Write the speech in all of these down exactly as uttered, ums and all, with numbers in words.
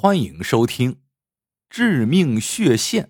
欢迎收听《致命血线》。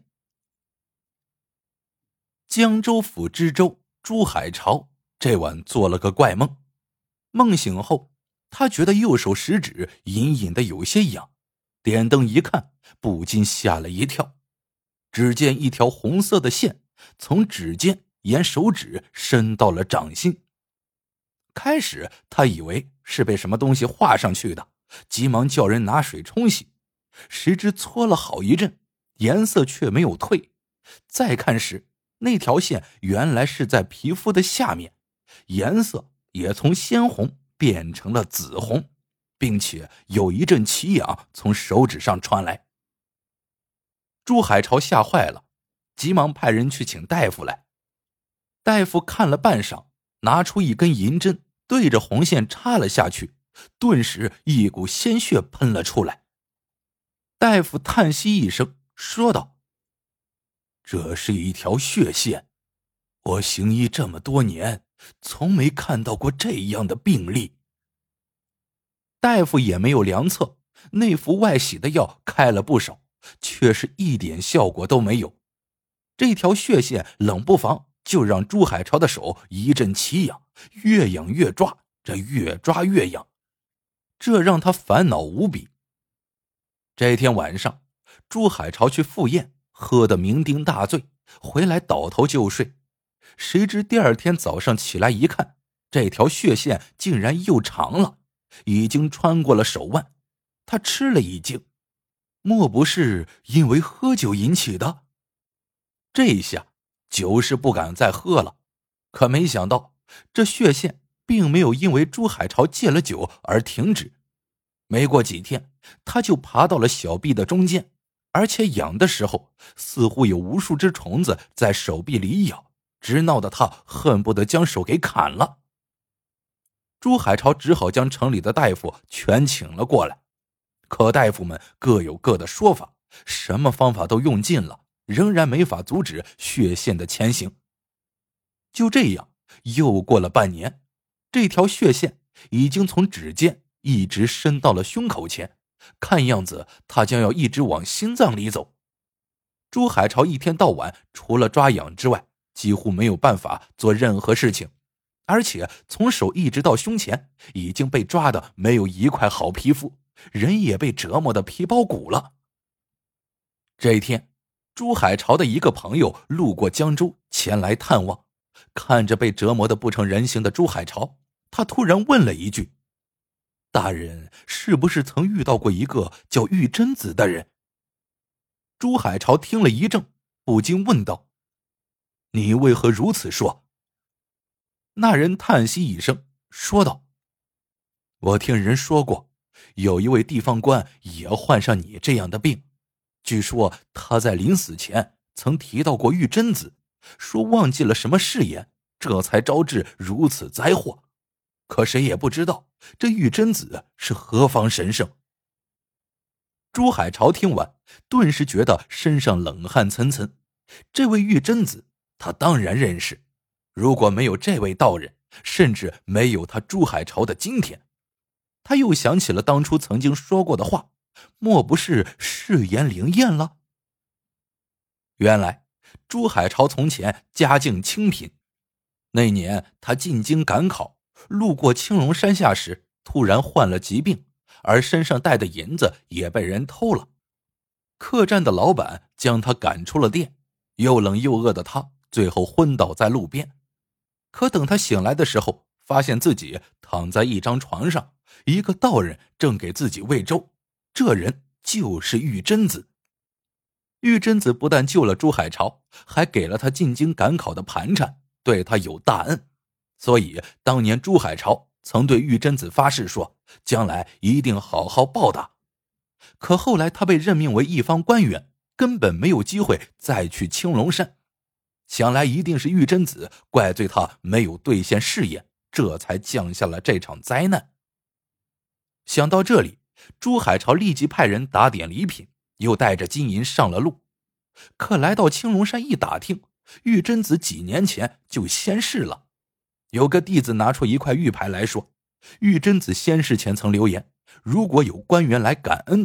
江州府知州朱海潮这晚做了个怪梦，梦醒后，他觉得右手食指隐隐的有些痒，点灯一看，不禁吓了一跳。只见一条红色的线从指尖沿手指伸到了掌心。开始他以为是被什么东西画上去的，急忙叫人拿水冲洗，谁知搓了好一阵，颜色却没有退。再看时，那条线原来是在皮肤的下面，颜色也从鲜红变成了紫红，并且有一阵奇痒从手指上传来。朱海潮吓坏了，急忙派人去请大夫来。大夫看了半晌，拿出一根银针，对着红线插了下去，顿时一股鲜血喷了出来。大夫叹息一声，说道：这是一条血线，我行医这么多年，从没看到过这样的病例。大夫也没有量测，内服外洗的药开了不少，却是一点效果都没有。这条血线冷不防就让朱海潮的手一阵奇痒，越痒越抓，这越抓越痒，这让他烦恼无比。这天晚上，朱海潮去赴宴，喝得酩酊大醉，回来倒头就睡。谁知第二天早上起来一看，这条血线竟然又长了，已经穿过了手腕。他吃了一惊，莫不是因为喝酒引起的？这一下酒是不敢再喝了，可没想到这血线并没有因为朱海潮戒了酒而停止。没过几天，他就爬到了小臂的中间，而且痒的时候似乎有无数只虫子在手臂里咬，直闹得他恨不得将手给砍了。朱海潮只好将城里的大夫全请了过来，可大夫们各有各的说法，什么方法都用尽了，仍然没法阻止血线的前行。就这样又过了半年，这条血线已经从指尖一直伸到了胸口前，看样子他将要一直往心脏里走。朱海潮一天到晚除了抓痒之外，几乎没有办法做任何事情，而且从手一直到胸前已经被抓的没有一块好皮肤，人也被折磨的皮包骨了。这一天，朱海潮的一个朋友路过江州前来探望，看着被折磨的不成人形的朱海潮，他突然问了一句：大人是不是曾遇到过一个叫玉贞子的人？朱海潮听了一怔，不禁问道：你为何如此说？那人叹息一声，说道：我听人说过，有一位地方官也患上你这样的病，据说他在临死前曾提到过玉贞子，说忘记了什么誓言，这才招致如此灾祸。可谁也不知道这玉贞子是何方神圣。朱海潮听完，顿时觉得身上冷汗涔涔。这位玉贞子他当然认识，如果没有这位道人，甚至没有他朱海潮的今天。他又想起了当初曾经说过的话，莫不是誓言灵验了？原来朱海潮从前家境清贫，那年他进京赶考，路过青龙山下时突然患了疾病，而身上带的银子也被人偷了。客栈的老板将他赶出了店，又冷又饿的他最后昏倒在路边。可等他醒来的时候，发现自己躺在一张床上，一个道人正给自己喂粥，这人就是玉贞子。玉贞子不但救了朱海潮，还给了他进京赶考的盘缠，对他有大恩。所以当年朱海潮曾对玉贞子发誓说，将来一定好好报答。可后来他被任命为一方官员，根本没有机会再去青龙山。想来一定是玉贞子怪罪他没有兑现誓言，这才降下了这场灾难。想到这里，朱海潮立即派人打点礼品，又带着金银上了路。可来到青龙山一打听，玉贞子几年前就仙逝了。有个弟子拿出一块玉牌来说，玉贞子仙逝前曾留言，如果有官员来感恩的话，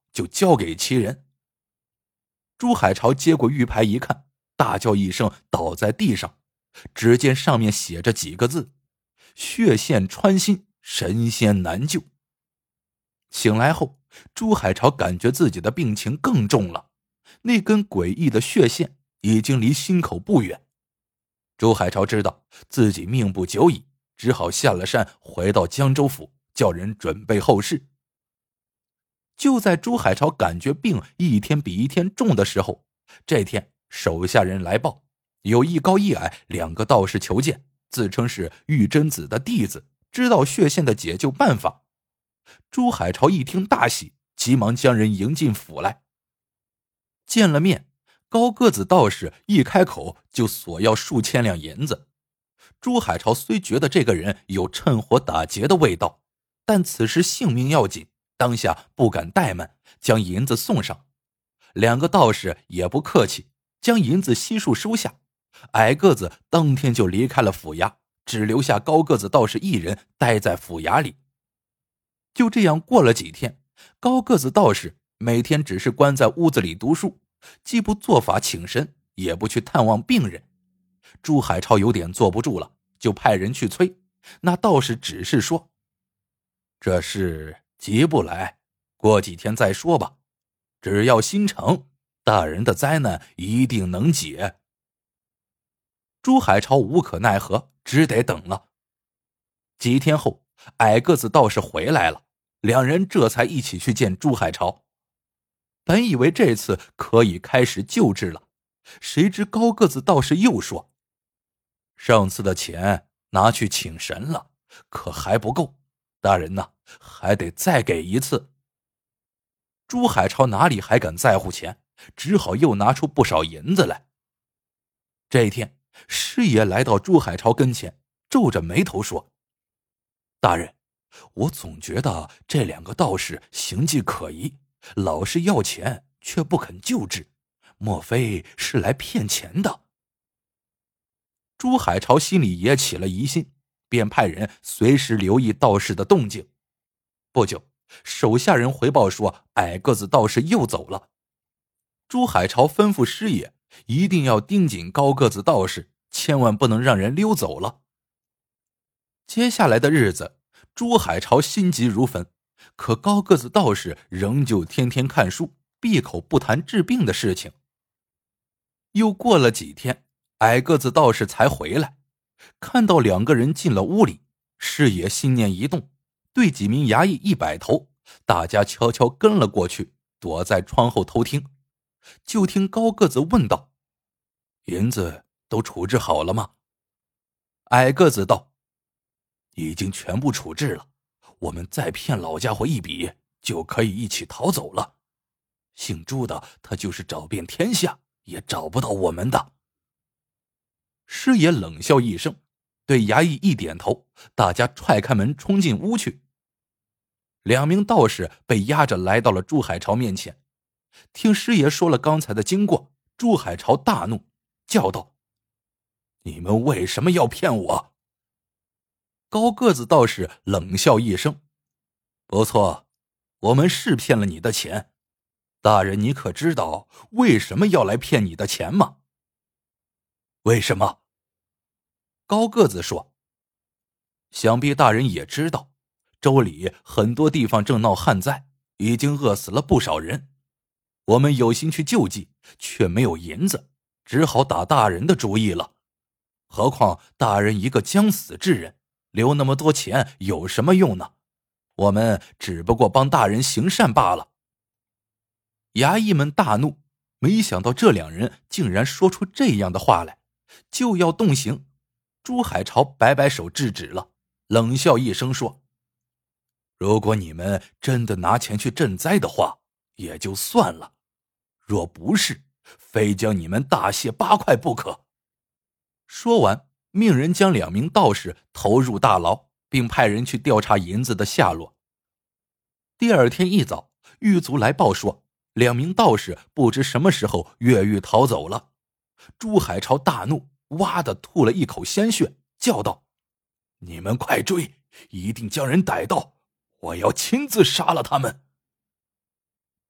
就交给其人。朱海潮接过玉牌一看，大叫一声，倒在地上。只见上面写着几个字：血线穿心，神仙难救。醒来后，朱海潮感觉自己的病情更重了，那根诡异的血线已经离心口不远。朱海潮知道自己命不久矣，只好下了山，回到江州府，叫人准备后事。就在朱海潮感觉病一天比一天重的时候，这天手下人来报，有一高一矮两个道士求见，自称是玉贞子的弟子，知道血线的解救办法。朱海潮一听大喜，急忙将人迎进府来。见了面，高个子道士一开口就索要数千两银子。朱海潮虽觉得这个人有趁火打劫的味道，但此时性命要紧，当下不敢怠慢，将银子送上。两个道士也不客气，将银子悉数收下。矮个子当天就离开了府衙，只留下高个子道士一人待在府衙里。就这样过了几天，高个子道士每天只是关在屋子里读书，既不做法请神，也不去探望病人。朱海潮有点坐不住了，就派人去催。那道士只是说：这事急不来，过几天再说吧。只要心诚，大人的灾难一定能解。朱海潮无可奈何，只得等了。几天后，矮个子道士回来了，两人这才一起去见朱海潮。本以为这次可以开始救治了，谁知高个子道士又说：上次的钱拿去请神了，可还不够，大人呐，还得再给一次。朱海潮哪里还敢在乎钱，只好又拿出不少银子来。这一天，师爷来到朱海潮跟前，皱着眉头说：大人，我总觉得这两个道士行迹可疑，老是要钱却不肯救治，莫非是来骗钱的？朱海潮心里也起了疑心，便派人随时留意道士的动静。不久，手下人回报说矮个子道士又走了。朱海潮吩咐师爷一定要盯紧高个子道士，千万不能让人溜走了。接下来的日子，朱海潮心急如焚，可高个子道士仍旧天天看书，闭口不谈治病的事情。又过了几天，矮个子道士才回来，看到两个人进了屋里，师爷心念一动，对几名衙役一摆头，大家悄悄跟了过去，躲在窗后偷听。就听高个子问道：银子都处置好了吗？矮个子道：已经全部处置了，我们再骗老家伙一笔，就可以一起逃走了。姓朱的，他就是找遍天下也找不到我们的。师爷冷笑一声，对衙役一点头，大家踹开门冲进屋去。两名道士被押着来到了朱海潮面前，听师爷说了刚才的经过，朱海潮大怒，叫道：你们为什么要骗我？高个子道士冷笑一声：不错，我们是骗了你的钱，大人你可知道为什么要来骗你的钱吗？为什么？高个子说：想必大人也知道，州里很多地方正闹旱灾，已经饿死了不少人。我们有心去救济，却没有银子，只好打大人的主意了。何况大人一个将死之人，留那么多钱有什么用呢？我们只不过帮大人行善罢了。衙役们大怒，没想到这两人竟然说出这样的话来，就要动刑。朱海潮摆摆手制止了，冷笑一声说：如果你们真的拿钱去赈灾的话，也就算了，若不是，非将你们大卸八块不可。说完，命人将两名道士投入大牢，并派人去调查银子的下落。第二天一早，狱卒来报说，两名道士不知什么时候越狱逃走了。朱海潮大怒，哇的吐了一口鲜血，叫道：你们快追，一定将人逮到，我要亲自杀了他们。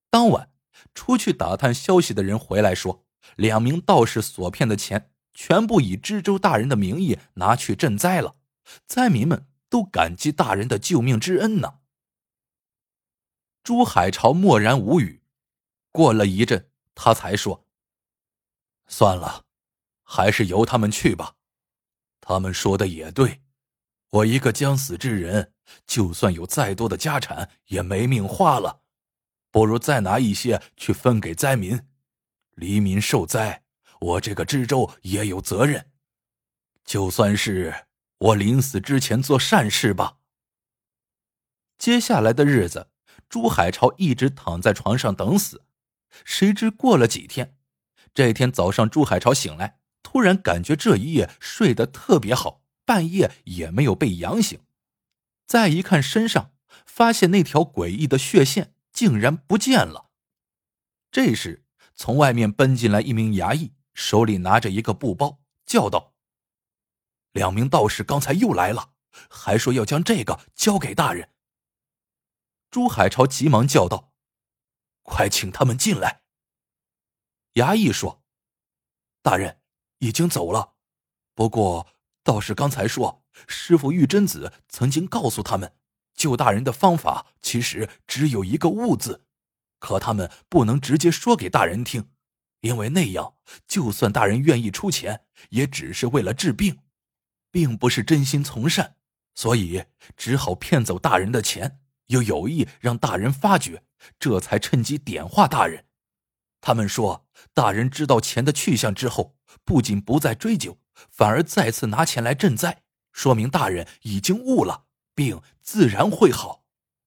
当晚出去打探消息的人回来说，两名道士所骗的钱全部以知州大人的名义拿去赈灾了，灾民们都感激大人的救命之恩呢。朱海潮默然无语，过了一阵他才说，算了，还是由他们去吧。他们说的也对，我一个将死之人，就算有再多的家产也没命花了，不如再拿一些去分给灾民。黎民受灾，我这个知州也有责任，就算是我临死之前做善事吧。接下来的日子，朱海潮一直躺在床上等死。谁知过了几天，这天早上朱海潮醒来，突然感觉这一夜睡得特别好，半夜也没有被痒醒。再一看身上，发现那条诡异的血线竟然不见了。这时从外面奔进来一名衙役，手里拿着一个布包，叫道，两名道士刚才又来了，还说要将这个交给大人。朱海潮急忙叫道，快请他们进来。衙役说，大人已经走了，不过道士刚才说，师父玉真子曾经告诉他们，救大人的方法其实只有一个悟字，可他们不能直接说给大人听，因为那样就算大人愿意出钱，也只是为了治病，并不是真心从善，所以只好骗走大人的钱，又有意让大人发觉，这才趁机点化大人。他们说，大人知道钱的去向之后，不仅不再追究，反而再次拿钱来赈灾，说明大人已经悟了，病自然会好。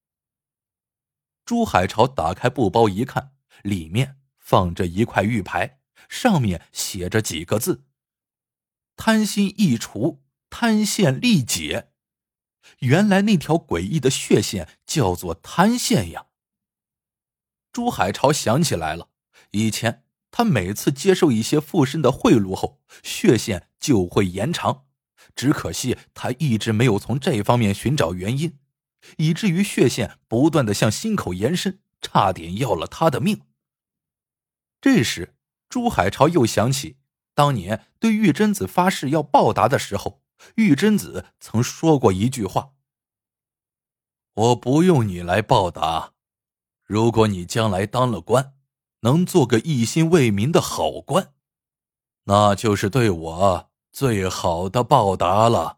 朱海潮打开布包一看，里面放着一块玉牌，上面写着几个字，贪心易除，贪线立解。原来那条诡异的血线叫做贪线呀。朱海潮想起来了，以前他每次接受一些附身的贿赂后，血线就会延长，只可惜他一直没有从这方面寻找原因，以至于血线不断地向心口延伸，差点要了他的命。这时朱海潮又想起当年对玉真子发誓要报答的时候，玉真子曾说过一句话，我不用你来报答，如果你将来当了官，能做个一心为民的好官，那就是对我最好的报答了。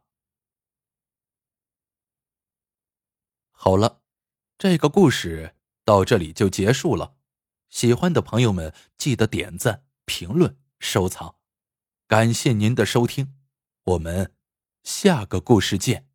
好了，这个故事到这里就结束了。喜欢的朋友们记得点赞、评论、收藏。感谢您的收听，我们下个故事见。